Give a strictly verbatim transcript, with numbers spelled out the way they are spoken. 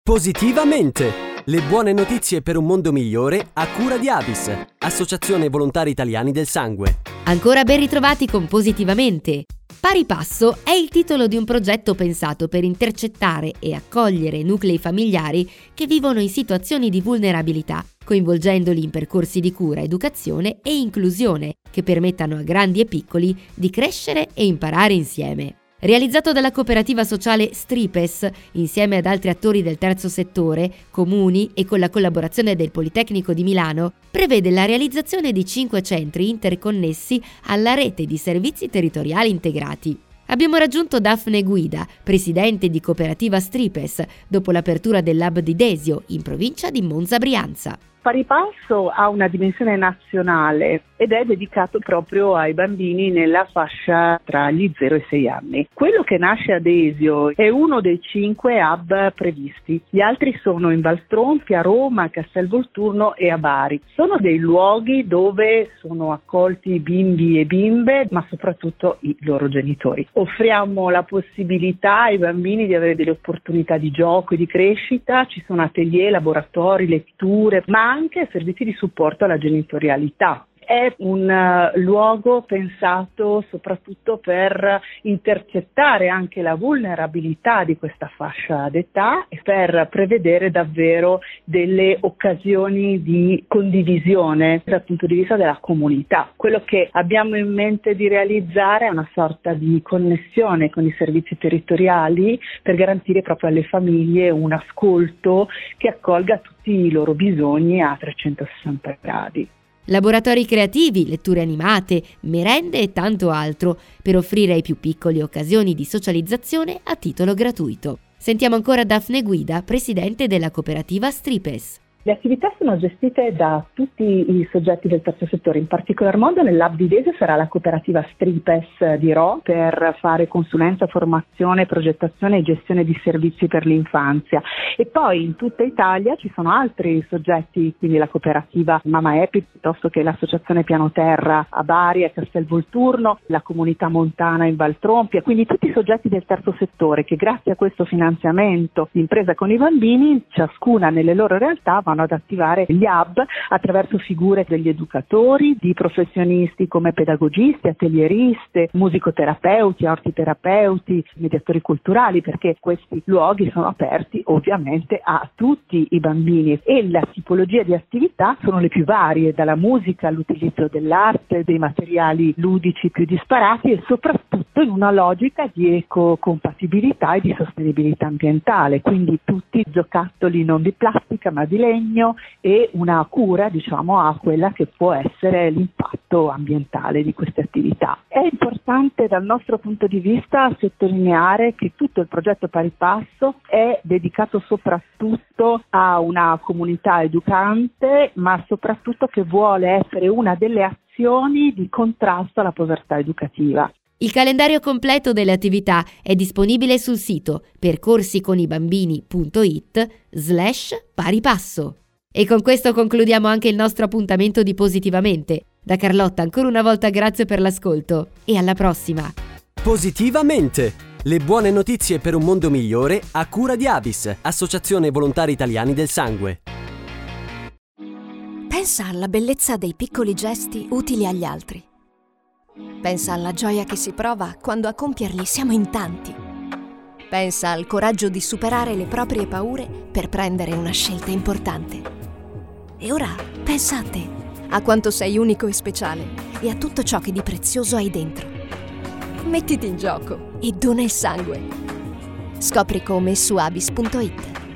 Positivamente! Le buone notizie per un mondo migliore a cura di Avis, Associazione Volontari Italiani del Sangue. Ancora ben ritrovati con Positivamente! Pari passo è il titolo di un progetto pensato per intercettare e accogliere nuclei familiari che vivono in situazioni di vulnerabilità, coinvolgendoli in percorsi di cura, educazione e inclusione che permettano a grandi e piccoli di crescere e imparare insieme. Realizzato dalla cooperativa sociale Stripes, insieme ad altri attori del terzo settore, comuni e con la collaborazione del Politecnico di Milano, prevede la realizzazione di cinque centri interconnessi alla rete di servizi territoriali integrati. Abbiamo raggiunto Daphne Guida, presidente di cooperativa Stripes, dopo l'apertura del Lab di Desio, in provincia di Monza Brianza. Pari passo ha una dimensione nazionale ed è dedicato proprio ai bambini nella fascia tra gli zero e i sei anni. Quello che nasce a Desio è uno dei cinque hub previsti. Gli altri sono in Valtronfi, a Roma, a Castelvolturno e a Bari. Sono dei luoghi dove sono accolti bimbi e bimbe, ma soprattutto i loro genitori. Offriamo la possibilità ai bambini di avere delle opportunità di gioco e di crescita. Ci sono atelier, laboratori, letture, ma anche servizi di supporto alla genitorialità. È un uh, luogo pensato soprattutto per intercettare anche la vulnerabilità di questa fascia d'età e per prevedere davvero delle occasioni di condivisione dal punto di vista della comunità. Quello che abbiamo in mente di realizzare è una sorta di connessione con i servizi territoriali per garantire proprio alle famiglie un ascolto che accolga tutti i loro bisogni a trecentosessanta gradi. Laboratori creativi, letture animate, merende e tanto altro, per offrire ai più piccoli occasioni di socializzazione a titolo gratuito. Sentiamo ancora Daphne Guida, presidente della cooperativa Stripes. Le attività sono gestite da tutti i soggetti del terzo settore, in particolar modo nel Lab di Desio sarà la cooperativa Stripes di Rho per fare consulenza, formazione, progettazione e gestione di servizi per l'infanzia. E poi in tutta Italia ci sono altri soggetti, quindi la cooperativa Mama Happy, piuttosto che l'associazione Piano Terra a Bari, a Castelvolturno, la comunità montana in Valtronfi, quindi tutti i soggetti del terzo settore che grazie a questo finanziamento di impresa con i bambini, ciascuna nelle loro realtà, vanno ad attivare gli hub attraverso figure degli educatori, di professionisti come pedagogisti, atelieriste, musicoterapeuti, ortiterapeuti, mediatori culturali, perché questi luoghi sono aperti ovviamente a tutti i bambini e la tipologia di attività sono le più varie, dalla musica all'utilizzo dell'arte, dei materiali ludici più disparati e soprattutto in una logica di ecocompatibilità e di sostenibilità ambientale, quindi tutti giocattoli non di plastica ma di legno e una cura, diciamo, a quella che può essere l'impatto ambientale di queste attività. È importante dal nostro punto di vista sottolineare che tutto il progetto Pari Passo è dedicato soprattutto a una comunità educante, ma soprattutto che vuole essere una delle azioni di contrasto alla povertà educativa. Il calendario completo delle attività è disponibile sul sito percorsiconibambini.it slash paripasso. E con questo concludiamo anche il nostro appuntamento di Positivamente. Da Carlotta ancora una volta grazie per l'ascolto e alla prossima. Positivamente! Le buone notizie per un mondo migliore a cura di Avis, Associazione Volontari Italiani del Sangue. Pensa alla bellezza dei piccoli gesti utili agli altri. Pensa alla gioia che si prova quando a compierli siamo in tanti. Pensa al coraggio di superare le proprie paure per prendere una scelta importante. E ora pensa a te, a quanto sei unico e speciale e a tutto ciò che di prezioso hai dentro. Mettiti in gioco e dona il sangue. Scopri come su abis punto it.